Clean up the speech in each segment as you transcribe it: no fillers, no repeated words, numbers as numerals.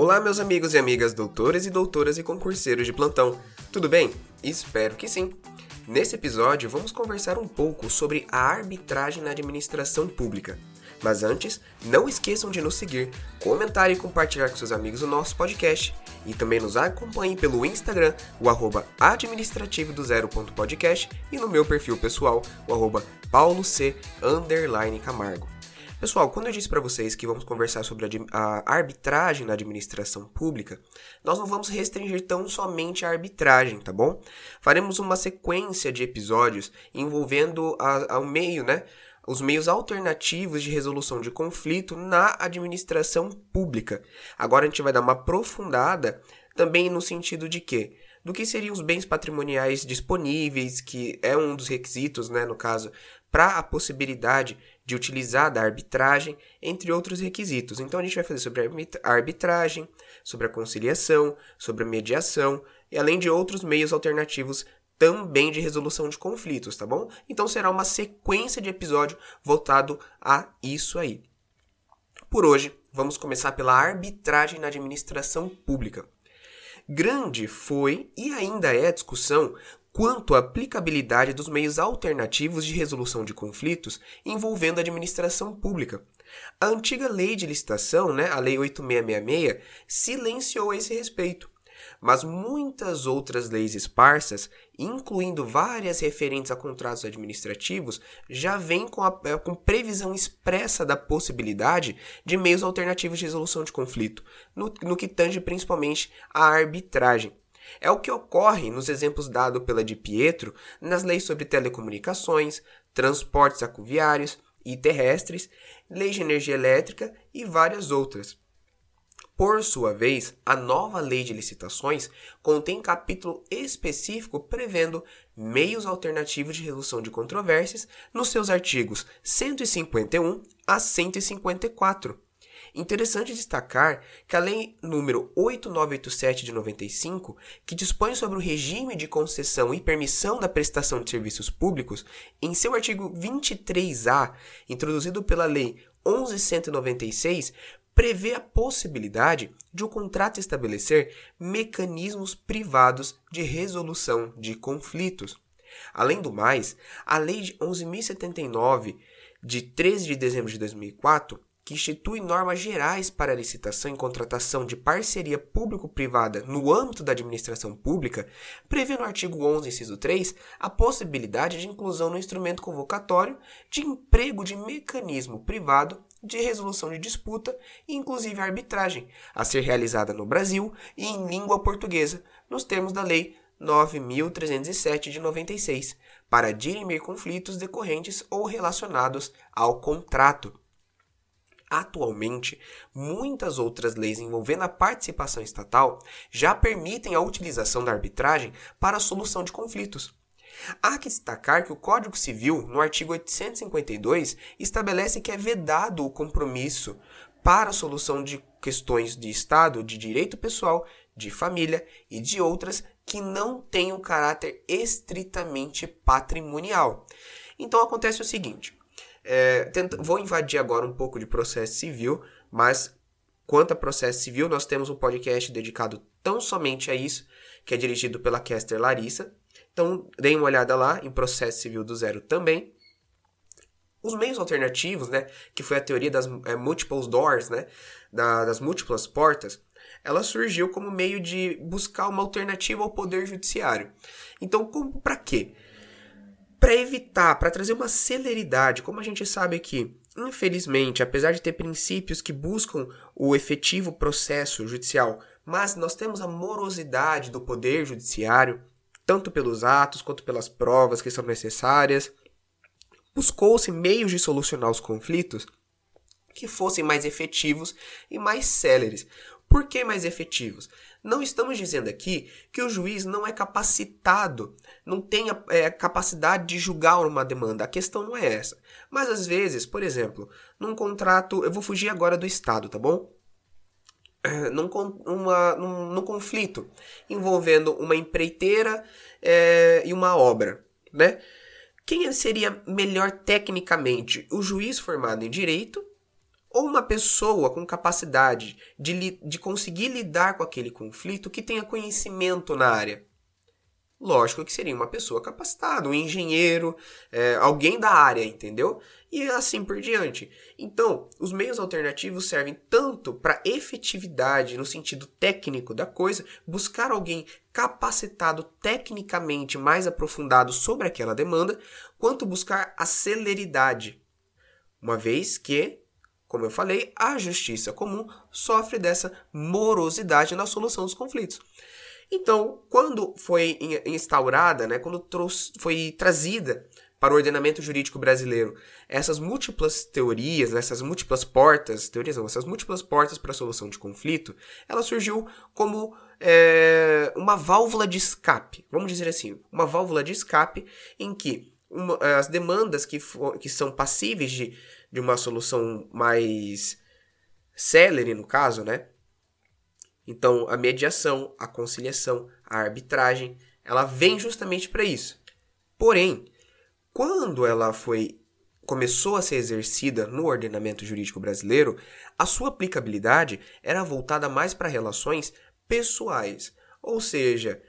Olá, meus amigos e amigas doutores e doutoras e concurseiros de plantão. Tudo bem? Espero que sim. Nesse episódio, vamos conversar um pouco sobre a arbitragem na administração pública. Mas antes, não esqueçam de nos seguir, comentar e compartilhar com seus amigos o nosso podcast. E também nos acompanhem pelo Instagram, o @administrativodozero.podcast e no meu perfil pessoal, o @pauloc_camargo. Pessoal, quando eu disse para vocês que vamos conversar sobre a arbitragem na administração pública, nós não vamos restringir tão somente a arbitragem, tá bom? Faremos uma sequência de episódios envolvendo os meios alternativos de resolução de conflito na administração pública. Agora a gente vai dar uma aprofundada também no sentido de quê? Do que seriam os bens patrimoniais disponíveis, que é um dos requisitos, no caso, para a possibilidade de utilizar da arbitragem, entre outros requisitos. Então a gente vai fazer sobre a arbitragem, sobre a conciliação, sobre a mediação, e além de outros meios alternativos também de resolução de conflitos, tá bom? Então será uma sequência de episódio voltado a isso aí. Por hoje, vamos começar pela arbitragem na administração pública. Grande foi e ainda é a discussão quanto à aplicabilidade dos meios alternativos de resolução de conflitos envolvendo a administração pública. A antiga lei de licitação, a Lei 8666, silenciou a esse respeito. Mas muitas outras leis esparsas, incluindo várias referentes a contratos administrativos, já vêm com previsão expressa da possibilidade de meios alternativos de resolução de conflito, no que tange principalmente à arbitragem. É o que ocorre nos exemplos dados pela Di Pietro nas leis sobre telecomunicações, transportes aquaviários e terrestres, lei de energia elétrica e várias outras. Por sua vez, a nova lei de licitações contém capítulo específico prevendo meios alternativos de resolução de controvérsias nos seus artigos 151 a 154. Interessante destacar que a Lei nº 8987 de 95, que dispõe sobre o regime de concessão e permissão da prestação de serviços públicos, em seu artigo 23A, introduzido pela Lei 11.196, prevê a possibilidade de o contrato estabelecer mecanismos privados de resolução de conflitos. Além do mais, a Lei de 11.079, de 13 de dezembro de 2004, que institui normas gerais para a licitação e contratação de parceria público-privada no âmbito da administração pública, prevê no artigo 11, inciso 3, a possibilidade de inclusão no instrumento convocatório de emprego de mecanismo privado de resolução de disputa e inclusive arbitragem, a ser realizada no Brasil e em língua portuguesa, nos termos da Lei 9.307 de 96, para dirimir conflitos decorrentes ou relacionados ao contrato. Atualmente, muitas outras leis envolvendo a participação estatal já permitem a utilização da arbitragem para a solução de conflitos. Há que destacar que o Código Civil, no artigo 852, estabelece que é vedado o compromisso para a solução de questões de Estado, de direito pessoal, de família e de outras que não tenham caráter estritamente patrimonial. Então acontece o seguinte. Vou invadir agora um pouco de processo civil, mas quanto a processo civil, nós temos um podcast dedicado tão somente a isso, que é dirigido pela Kester Larissa. Então, deem uma olhada lá em Processo Civil do Zero também. Os meios alternativos, que foi a teoria das multiple doors, das múltiplas portas, ela surgiu como meio de buscar uma alternativa ao poder judiciário. Então, para quê? Para evitar, para trazer uma celeridade, como a gente sabe aqui, infelizmente, apesar de ter princípios que buscam o efetivo processo judicial, mas nós temos a morosidade do poder judiciário, tanto pelos atos quanto pelas provas que são necessárias, buscou-se meios de solucionar os conflitos que fossem mais efetivos e mais céleres. Por que mais efetivos? Não estamos dizendo aqui que o juiz não é capacitado, não tem a capacidade de julgar uma demanda. A questão não é essa. Mas às vezes, por exemplo, num contrato, eu vou fugir agora do Estado, tá bom? Num conflito envolvendo uma empreiteira e uma obra, Quem seria melhor tecnicamente? O juiz formado em direito ou uma pessoa com capacidade de conseguir lidar com aquele conflito que tenha conhecimento na área? Lógico que seria uma pessoa capacitada, um engenheiro, alguém da área, entendeu? E assim por diante. Então, os meios alternativos servem tanto para efetividade no sentido técnico da coisa, buscar alguém capacitado tecnicamente mais aprofundado sobre aquela demanda, quanto buscar a celeridade. Uma vez que, como eu falei, a justiça comum sofre dessa morosidade na solução dos conflitos. Então, quando foi instaurada, né, quando foi trazida para o ordenamento jurídico brasileiro essas múltiplas teorias, essas múltiplas portas, essas múltiplas portas para a solução de conflito, ela surgiu como uma válvula de escape, vamos dizer assim, uma válvula de escape em que as demandas que são passíveis de uma solução mais célere, no caso, né? Então, a mediação, a conciliação, a arbitragem, ela vem justamente para isso. Porém, quando ela começou a ser exercida no ordenamento jurídico brasileiro, a sua aplicabilidade era voltada mais para relações pessoais. Ou seja,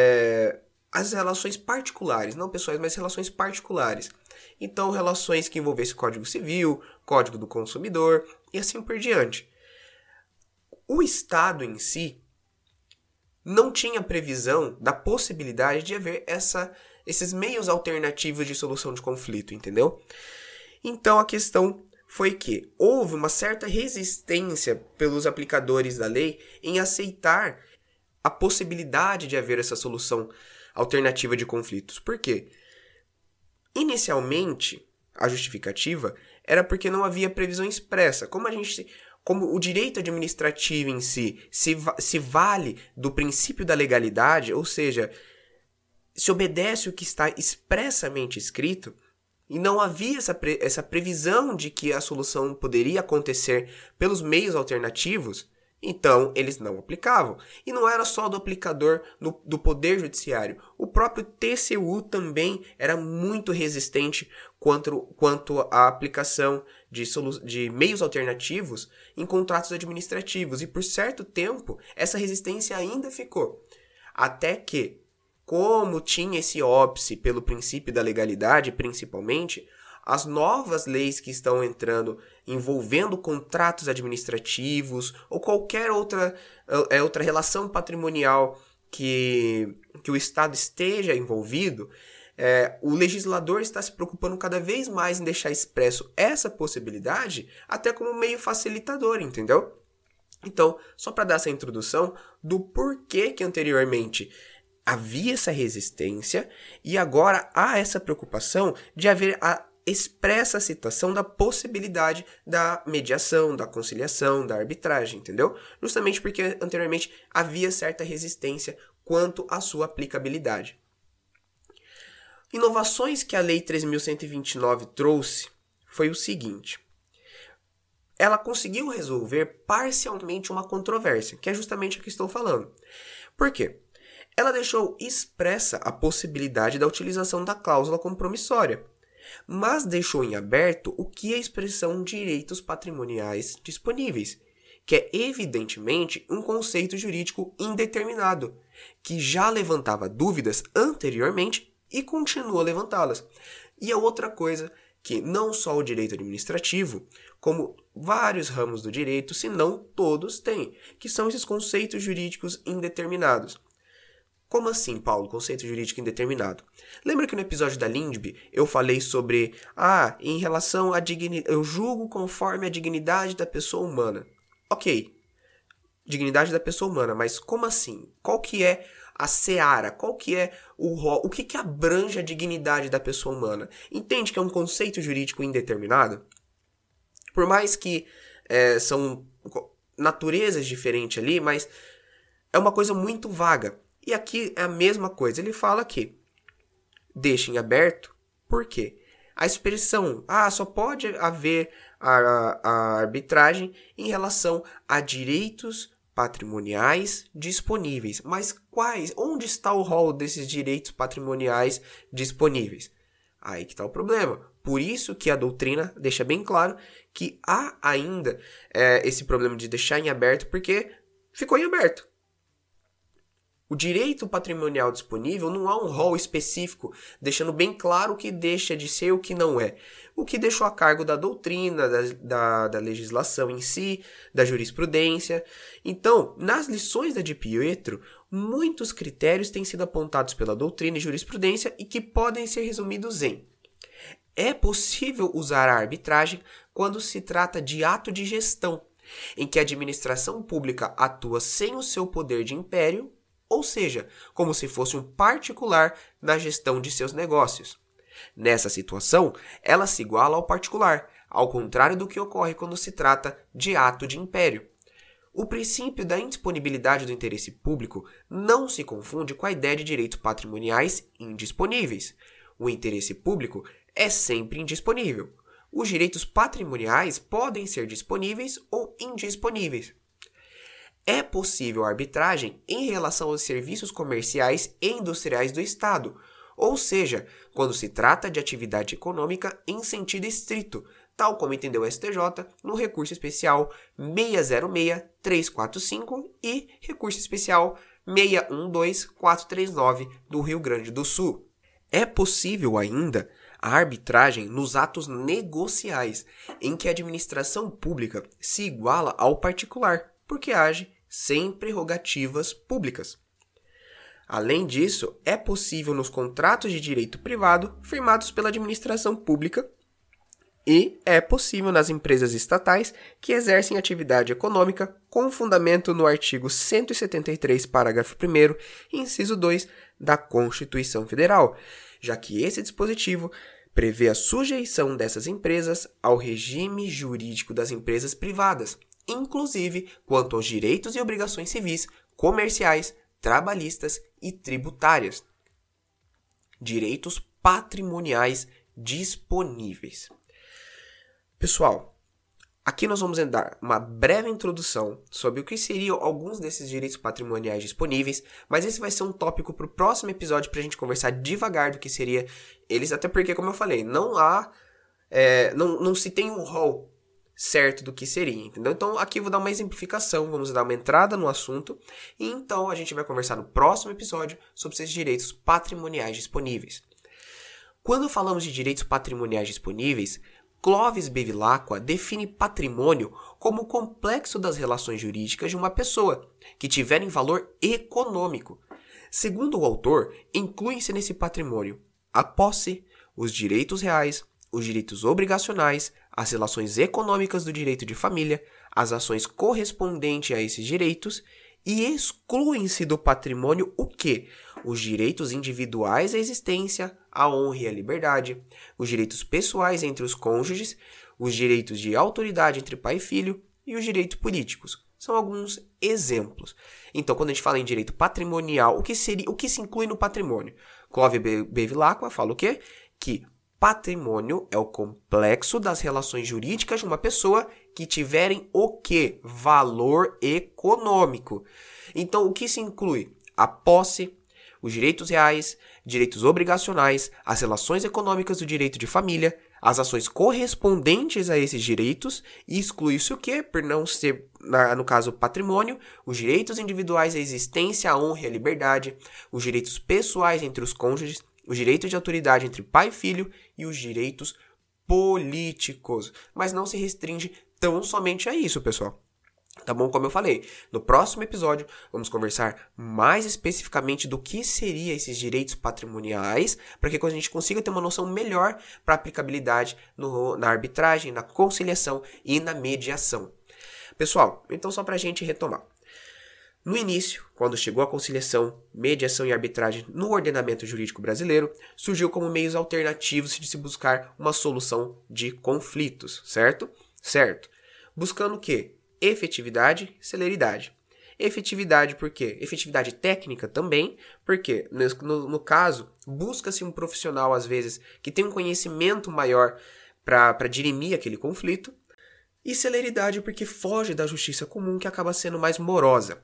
as relações particulares, não pessoais, mas relações particulares. Então, relações que envolvessem Código Civil, Código do Consumidor e assim por diante. O Estado em si não tinha previsão da possibilidade de haver esses meios alternativos de solução de conflito, entendeu? Então a questão foi que houve uma certa resistência pelos aplicadores da lei em aceitar a possibilidade de haver essa solução alternativa de conflitos. Por quê? Inicialmente, a justificativa era porque não havia previsão expressa. Como o direito administrativo em si se vale do princípio da legalidade, ou seja, se obedece o que está expressamente escrito, e não havia essa previsão de que a solução poderia acontecer pelos meios alternativos, então eles não aplicavam. E não era só do aplicador do Poder Judiciário. O próprio TCU também era muito resistente quanto à aplicação de meios alternativos em contratos administrativos. E por certo tempo, essa resistência ainda ficou. Até que, como tinha esse óbice pelo princípio da legalidade, principalmente, as novas leis que estão entrando envolvendo contratos administrativos ou qualquer outra relação patrimonial que o Estado esteja envolvido, o legislador está se preocupando cada vez mais em deixar expresso essa possibilidade até como meio facilitador, entendeu? Então, só para dar essa introdução do porquê que anteriormente havia essa resistência e agora há essa preocupação de haver a expressa citação da possibilidade da mediação, da conciliação, da arbitragem, entendeu? Justamente porque anteriormente havia certa resistência quanto à sua aplicabilidade. Inovações que a Lei 3.129 trouxe foi o seguinte: ela conseguiu resolver parcialmente uma controvérsia, que é justamente a que estou falando. Por quê? Ela deixou expressa a possibilidade da utilização da cláusula compromissória, mas deixou em aberto o que é a expressão direitos patrimoniais disponíveis, que é evidentemente um conceito jurídico indeterminado, que já levantava dúvidas anteriormente e continua a levantá-las. E a outra coisa que não só o direito administrativo, como vários ramos do direito, se não todos têm, que são esses conceitos jurídicos indeterminados. Como assim, Paulo, conceito jurídico indeterminado? Lembra que no episódio da Lindbe eu falei sobre, em relação à dignidade, eu julgo conforme a dignidade da pessoa humana. Ok, dignidade da pessoa humana, mas como assim? Qual que é a seara? Qual que é o rol? O que abrange a dignidade da pessoa humana? Entende que é um conceito jurídico indeterminado? Por mais que são naturezas diferentes ali, mas é uma coisa muito vaga. E aqui é a mesma coisa. Ele fala que deixa em aberto, por quê? A expressão, só pode haver a arbitragem em relação a direitos patrimoniais disponíveis. Mas quais? Onde está o rol desses direitos patrimoniais disponíveis? Aí que está o problema. Por isso que a doutrina deixa bem claro que há ainda esse problema de deixar em aberto, porque ficou em aberto. O direito patrimonial disponível não há um rol específico, deixando bem claro o que deixa de ser e o que não é. O que deixou a cargo da doutrina, da legislação em si, da jurisprudência. Então, nas lições da Di Pietro, muitos critérios têm sido apontados pela doutrina e jurisprudência e que podem ser resumidos em: é possível usar a arbitragem quando se trata de ato de gestão, em que a administração pública atua sem o seu poder de império, ou seja, como se fosse um particular na gestão de seus negócios. Nessa situação, ela se iguala ao particular, ao contrário do que ocorre quando se trata de ato de império. O princípio da indisponibilidade do interesse público não se confunde com a ideia de direitos patrimoniais indisponíveis. O interesse público é sempre indisponível. Os direitos patrimoniais podem ser disponíveis ou indisponíveis. É possível arbitragem em relação aos serviços comerciais e industriais do Estado, ou seja, quando se trata de atividade econômica em sentido estrito, tal como entendeu o STJ no recurso especial 606-345 e recurso especial 612-439 do Rio Grande do Sul. É possível ainda a arbitragem nos atos negociais, em que a administração pública se iguala ao particular, porque age sem prerrogativas públicas. Além disso, é possível nos contratos de direito privado firmados pela administração pública e é possível nas empresas estatais que exercem atividade econômica com fundamento no artigo 173, parágrafo 1º, inciso 2 da Constituição Federal, já que esse dispositivo prevê a sujeição dessas empresas ao regime jurídico das empresas privadas, inclusive quanto aos direitos e obrigações civis, comerciais, trabalhistas e tributárias. Direitos patrimoniais disponíveis. Pessoal, aqui nós vamos dar uma breve introdução sobre o que seriam alguns desses direitos patrimoniais disponíveis, mas esse vai ser um tópico para o próximo episódio para a gente conversar devagar do que seria eles, até porque, como eu falei, não se tem um rol certo do que seria, entendeu? Então aqui eu vou dar uma exemplificação, vamos dar uma entrada no assunto, e então a gente vai conversar no próximo episódio sobre esses direitos patrimoniais disponíveis. Quando falamos de direitos patrimoniais disponíveis, Clovis Bevilacqua define patrimônio como o complexo das relações jurídicas de uma pessoa, que tiverem valor econômico. Segundo o autor, incluem-se nesse patrimônio a posse, os direitos reais, os direitos obrigacionais, as relações econômicas do direito de família, as ações correspondentes a esses direitos, e excluem-se do patrimônio o quê? Os direitos individuais à existência, à honra e à liberdade, os direitos pessoais entre os cônjuges, os direitos de autoridade entre pai e filho e os direitos políticos. São alguns exemplos. Então, quando a gente fala em direito patrimonial, o que se inclui no patrimônio? Clovis Bevilacqua fala o quê? Que patrimônio é o complexo das relações jurídicas de uma pessoa que tiverem o quê? Valor econômico. Então, o que se inclui? A posse, os direitos reais, direitos obrigacionais, as relações econômicas do direito de família, as ações correspondentes a esses direitos, e exclui-se o quê? Por não ser, no caso, patrimônio, os direitos individuais à existência, à honra e à liberdade, os direitos pessoais entre os cônjuges, os direitos de autoridade entre pai e filho e os direitos políticos. Mas não se restringe tão somente a isso, pessoal. Tá bom? Como eu falei, no próximo episódio vamos conversar mais especificamente do que seriam esses direitos patrimoniais, para que a gente consiga ter uma noção melhor para aplicabilidade na arbitragem, na conciliação e na mediação. Pessoal, então só para a gente retomar. No início, quando chegou a conciliação, mediação e arbitragem no ordenamento jurídico brasileiro, surgiu como meios alternativos de se buscar uma solução de conflitos, certo? Certo. Buscando o quê? Efetividade, celeridade. Efetividade por quê? Efetividade técnica também, porque no caso, busca-se um profissional, às vezes, que tem um conhecimento maior para dirimir aquele conflito, e celeridade porque foge da justiça comum, que acaba sendo mais morosa.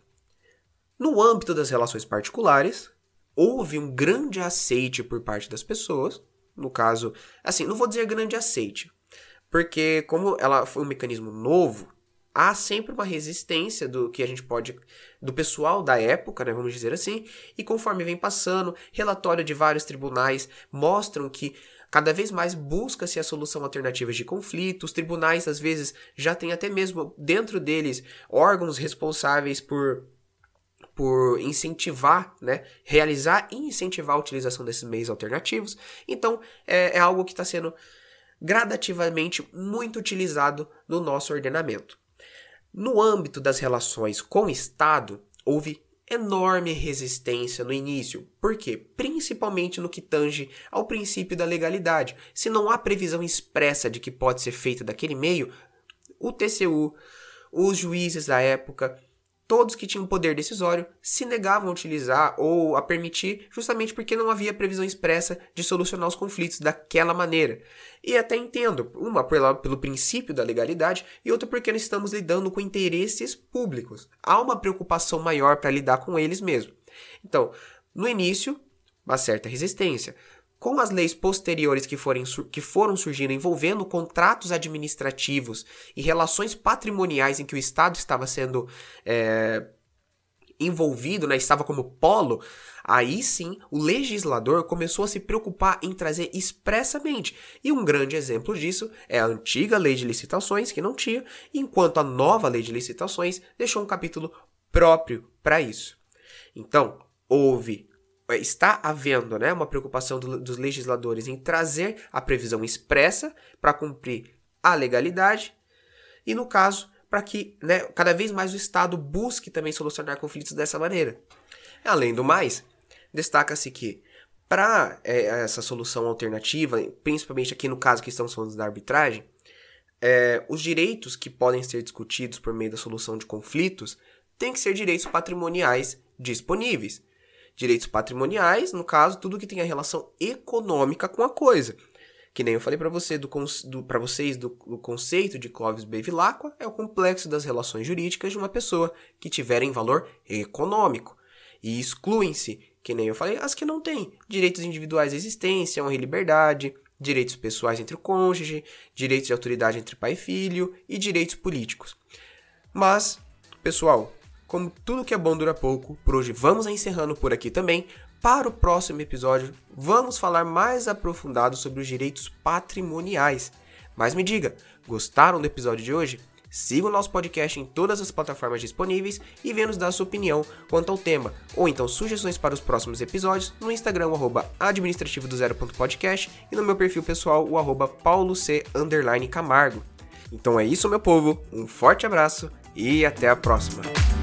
No âmbito das relações particulares, houve um grande aceite por parte das pessoas no caso, assim, não vou dizer grande aceite, porque como ela foi um mecanismo novo, há sempre uma resistência do pessoal da época, né, vamos dizer assim, e conforme vem passando, relatório de vários tribunais mostram que cada vez mais busca-se a solução alternativa de conflitos. Os tribunais, às vezes, já têm até mesmo dentro deles órgãos responsáveis por incentivar, né, realizar e incentivar a utilização desses meios alternativos. Então, é algo que está sendo gradativamente muito utilizado no nosso ordenamento. No âmbito das relações com o Estado, houve enorme resistência no início. Por quê? Principalmente no que tange ao princípio da legalidade. Se não há previsão expressa de que pode ser feita daquele meio, o TCU, os juízes da época, todos que tinham poder decisório se negavam a utilizar ou a permitir, justamente porque não havia previsão expressa de solucionar os conflitos daquela maneira. E até entendo, uma pelo princípio da legalidade e outra porque nós estamos lidando com interesses públicos. Há uma preocupação maior para lidar com eles mesmo. Então, no início, uma certa resistência. Com as leis posteriores que foram surgindo envolvendo contratos administrativos e relações patrimoniais em que o Estado estava sendo envolvido, né, estava como polo, aí sim o legislador começou a se preocupar em trazer expressamente. E um grande exemplo disso é a antiga lei de licitações, que não tinha, enquanto a nova lei de licitações deixou um capítulo próprio para isso. Então, está havendo, né, uma preocupação dos legisladores em trazer a previsão expressa para cumprir a legalidade e, no caso, para que, né, cada vez mais o Estado busque também solucionar conflitos dessa maneira. Além do mais, destaca-se que para essa solução alternativa, principalmente aqui no caso que estamos falando da arbitragem, os direitos que podem ser discutidos por meio da solução de conflitos têm que ser direitos patrimoniais disponíveis. Direitos patrimoniais, no caso, tudo que tem a relação econômica com a coisa. Que nem eu falei para vocês do conceito de Clovis Bevilacqua, é o complexo das relações jurídicas de uma pessoa que tiverem valor econômico. E excluem-se, que nem eu falei, as que não têm. Direitos individuais à existência, honra e liberdade, direitos pessoais entre o cônjuge, direitos de autoridade entre pai e filho e direitos políticos. Mas, pessoal, como tudo que é bom dura pouco, por hoje vamos encerrando por aqui também. Para o próximo episódio, vamos falar mais aprofundado sobre os direitos patrimoniais. Mas me diga, gostaram do episódio de hoje? Siga o nosso podcast em todas as plataformas disponíveis e venha nos dar sua opinião quanto ao tema, ou então sugestões para os próximos episódios no Instagram, @administrativodozero.podcast e no meu perfil pessoal, o @pauloc_camargo. Então é isso, meu povo, um forte abraço e até a próxima!